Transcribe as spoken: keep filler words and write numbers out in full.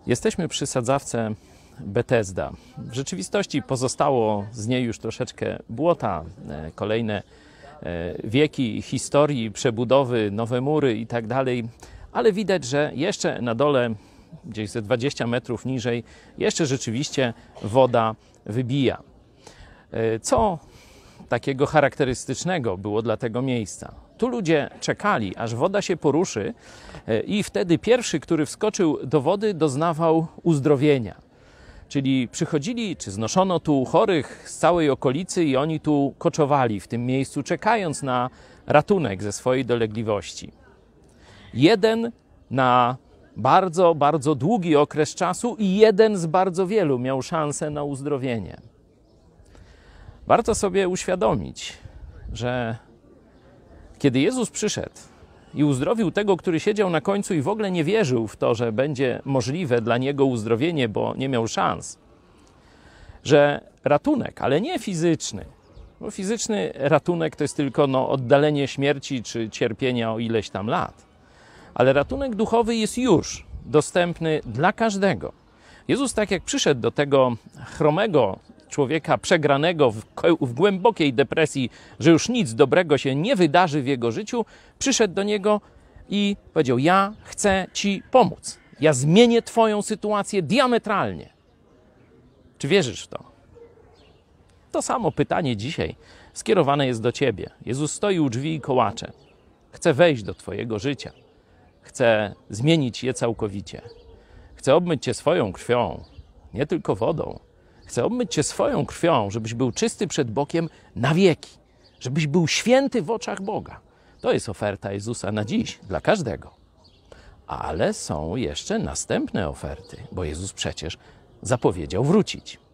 Jesteśmy przy sadzawce Betesda. W rzeczywistości pozostało z niej już troszeczkę błota, kolejne wieki historii, przebudowy, nowe mury i tak dalej, ale widać, że jeszcze na dole, gdzieś ze dwadzieścia metrów niżej, jeszcze rzeczywiście woda wybija. Co takiego charakterystycznego było dla tego miejsca? Tu ludzie czekali, aż woda się poruszy i wtedy pierwszy, który wskoczył do wody, doznawał uzdrowienia. Czyli przychodzili, czy znoszono tu chorych z całej okolicy i oni tu koczowali w tym miejscu, czekając na ratunek ze swojej dolegliwości. Jeden na bardzo, bardzo długi okres czasu i jeden z bardzo wielu miał szansę na uzdrowienie. Warto sobie uświadomić, że kiedy Jezus przyszedł i uzdrowił tego, który siedział na końcu i w ogóle nie wierzył w to, że będzie możliwe dla niego uzdrowienie, bo nie miał szans, że ratunek, ale nie fizyczny, bo fizyczny ratunek to jest tylko no, oddalenie śmierci czy cierpienia o ileś tam lat, ale ratunek duchowy jest już dostępny dla każdego. Jezus tak jak przyszedł do tego chromego człowieka przegranego w, w głębokiej depresji, że już nic dobrego się nie wydarzy w jego życiu, przyszedł do niego i powiedział: ja chcę ci pomóc. Ja zmienię twoją sytuację diametralnie. Czy wierzysz w to? To samo pytanie dzisiaj skierowane jest do ciebie. Jezus stoi u drzwi i kołacze. Chce wejść do twojego życia. Chce zmienić je całkowicie. Chce obmyć cię swoją krwią, nie tylko wodą. Chcę obmyć cię swoją krwią, żebyś był czysty przed Bogiem na wieki. Żebyś był święty w oczach Boga. To jest oferta Jezusa na dziś, dla każdego. Ale są jeszcze następne oferty, bo Jezus przecież zapowiedział wrócić.